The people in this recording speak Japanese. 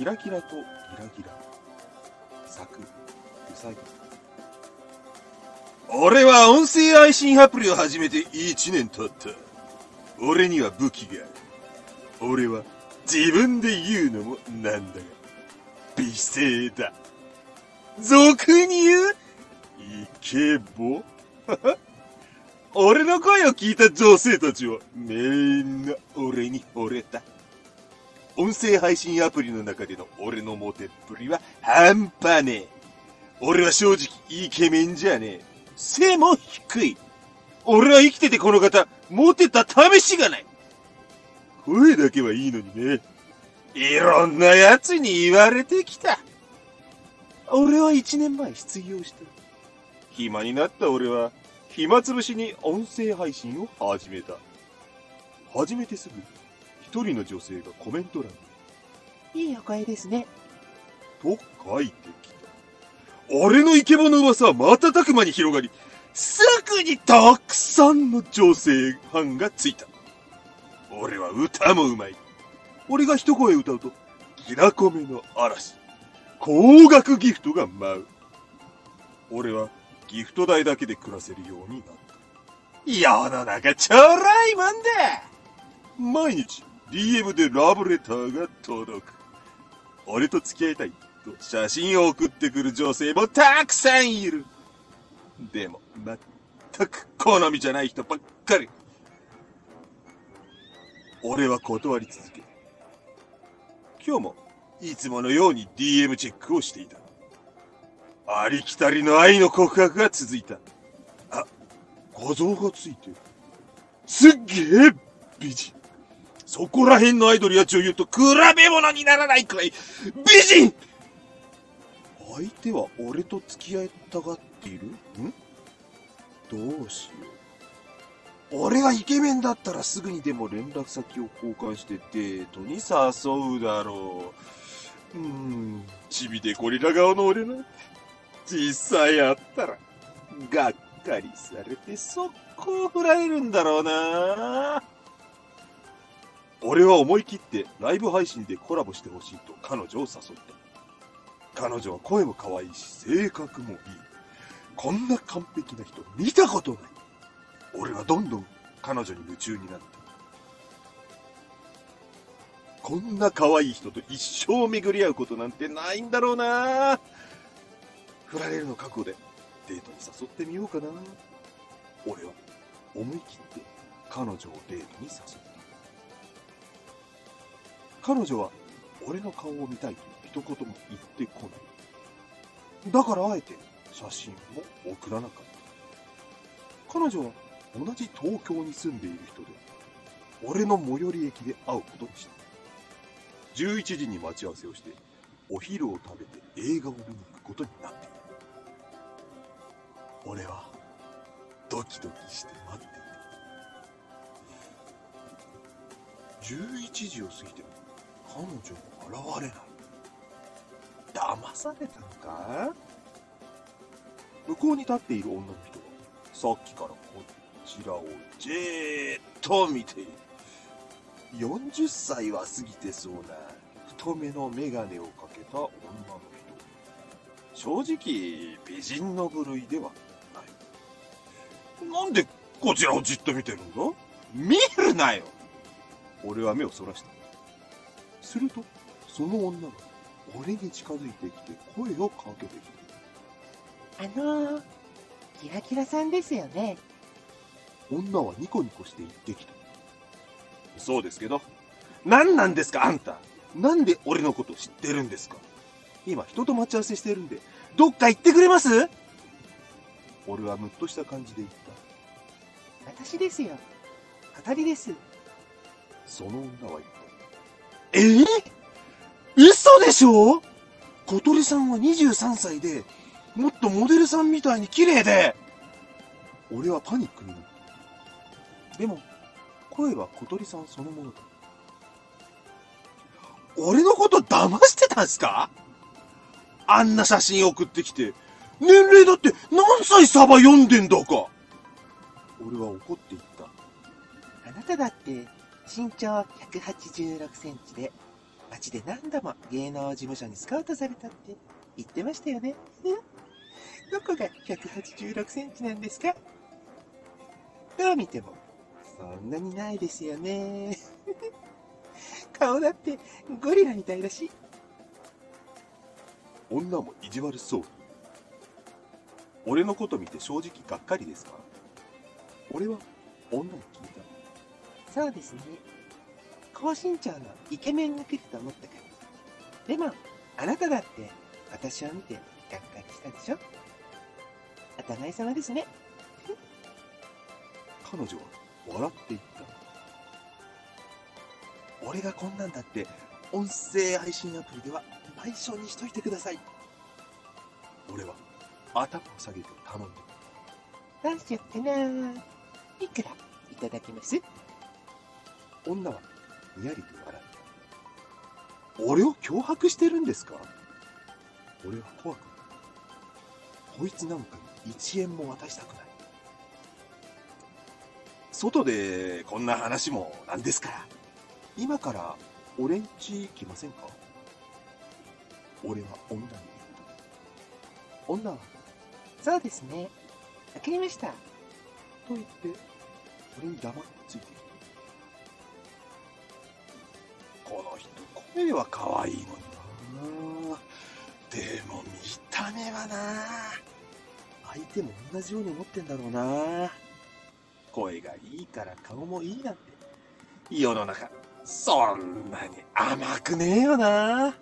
キラキラとギラギラ。作、うさぎ。俺は音声配信アプリを始めて1年経った。俺には武器がある。俺は自分で言うのもなんだが、美声だ。俗に言うイケボ俺の声を聞いた女性たちはみんな俺に惚れた。音声配信アプリの中での俺のモテっぷりは半端ねえ。俺は正直イケメンじゃねえ。背も低い。俺は生きててこの方、モテた試しがない。声だけはいいのにね。いろんな奴に言われてきた。俺は1年前失業した。暇になった俺は、暇つぶしに音声配信を始めた。始めてすぐ、一人の女性がコメント欄に、 いいお声ですね。 と書いてきた。俺のイケボの噂は瞬く間に広がり、すぐにたくさんの女性ファンがついた。俺は歌もうまい。俺が一声歌うと、キラコメの嵐。高額ギフトが舞う。俺はギフト代だけで暮らせるようになった。世の中ちょろいもんだ。毎日 DM でラブレターが届く。俺と付き合いたいと写真を送ってくる女性もたくさんいる。でも全く好みじゃない人ばっかり。俺は断り続ける。今日もいつものように DM チェックをしていた。ありきたりの愛の告白が続いた。あ、画像がついてる。すっげえ美人。そこら辺のアイドルや女優と比べ物にならないくらい美人。相手は俺と付き合いたがっている？どうしよう。俺がイケメンだったらすぐにでも連絡先を交換してデートに誘うだろう。チビでゴリラ顔の俺な。実際会ったら、がっかりされて速攻振られるんだろうな。俺は思い切ってライブ配信でコラボしてほしいと彼女を誘った。彼女は声も可愛いし性格もいい。こんな完璧な人見たことない。俺はどんどん彼女に夢中になった。こんな可愛い人と一生巡り合うことなんてないんだろうな。振られるの覚悟でデートに誘ってみようかな。俺は思い切って彼女をデートに誘った。彼女は俺の顔を見たいと一言も言ってこない。だからあえて写真も送らなかった。彼女は同じ東京に住んでいる人で、俺の最寄り駅で会うことにした。11時に待ち合わせをして、お昼を食べて映画を見に行くことになっている。俺はドキドキして待っていた。11時を過ぎても彼女は現れない。騙されたのか？向こうに立っている女の人はさっきからこちらをじーっと見ている。40歳は過ぎてそうな太めのメガネをかけた女の人。正直美人の部類ではない。なんでこちらをじっと見てるんだ？見るなよ。俺は目をそらした。するとその女が俺に近づいてきて声をかけてきた。 キラキラさんですよね。 女はニコニコして言ってきた。そうですけど。何なんですかあんた。なんで俺のこと知ってるんですか？今人と待ち合わせしてるんで、どっか行ってくれます？俺はムッとした感じで言った。 私ですよ。語りです。 その女は言った。嘘でしょ？小鳥さんは23歳で、もっとモデルさんみたいに綺麗で。俺はパニックになった。でも、声は小鳥さんそのものだ。俺のこと騙してたんすか？あんな写真送ってきて、年齢だって何歳サバ読んでんだか。俺は怒って言った。 あなただって身長186センチで街で何度も芸能事務所にスカウトされたって言ってましたよね。どこが186センチなんですか？どう見てもそんなにないですよね。顔だってゴリラみたいだし。 女も意地悪そうに。俺のこと見て正直がっかりですか？俺は女に聞いた。 そうですね。高身長のイケメンが来ると思ったから。でも、あなただって私を見てがっかりしたでしょ？お互い様ですね。 彼女は笑って言った。俺がこんなんだって音声配信アプリでは内緒にしといてください。俺は頭を下げて頼んで。 どうしよっかな。いくらいただきます？ 女はにやりと笑った。俺を脅迫してるんですか？俺は怖くなった。こいつなんかに1円も渡したくない。外でこんな話もなんですから、今から俺ん家来ませんか？俺は女に言った。女はそうですね。わかりました。 と言って俺に黙ってついてきた。この人声は可愛いのにな。でも見た目はな、相手も同じように思ってんだろうな。声がいいから顔もいいなんて世の中そんなに甘くねえよな。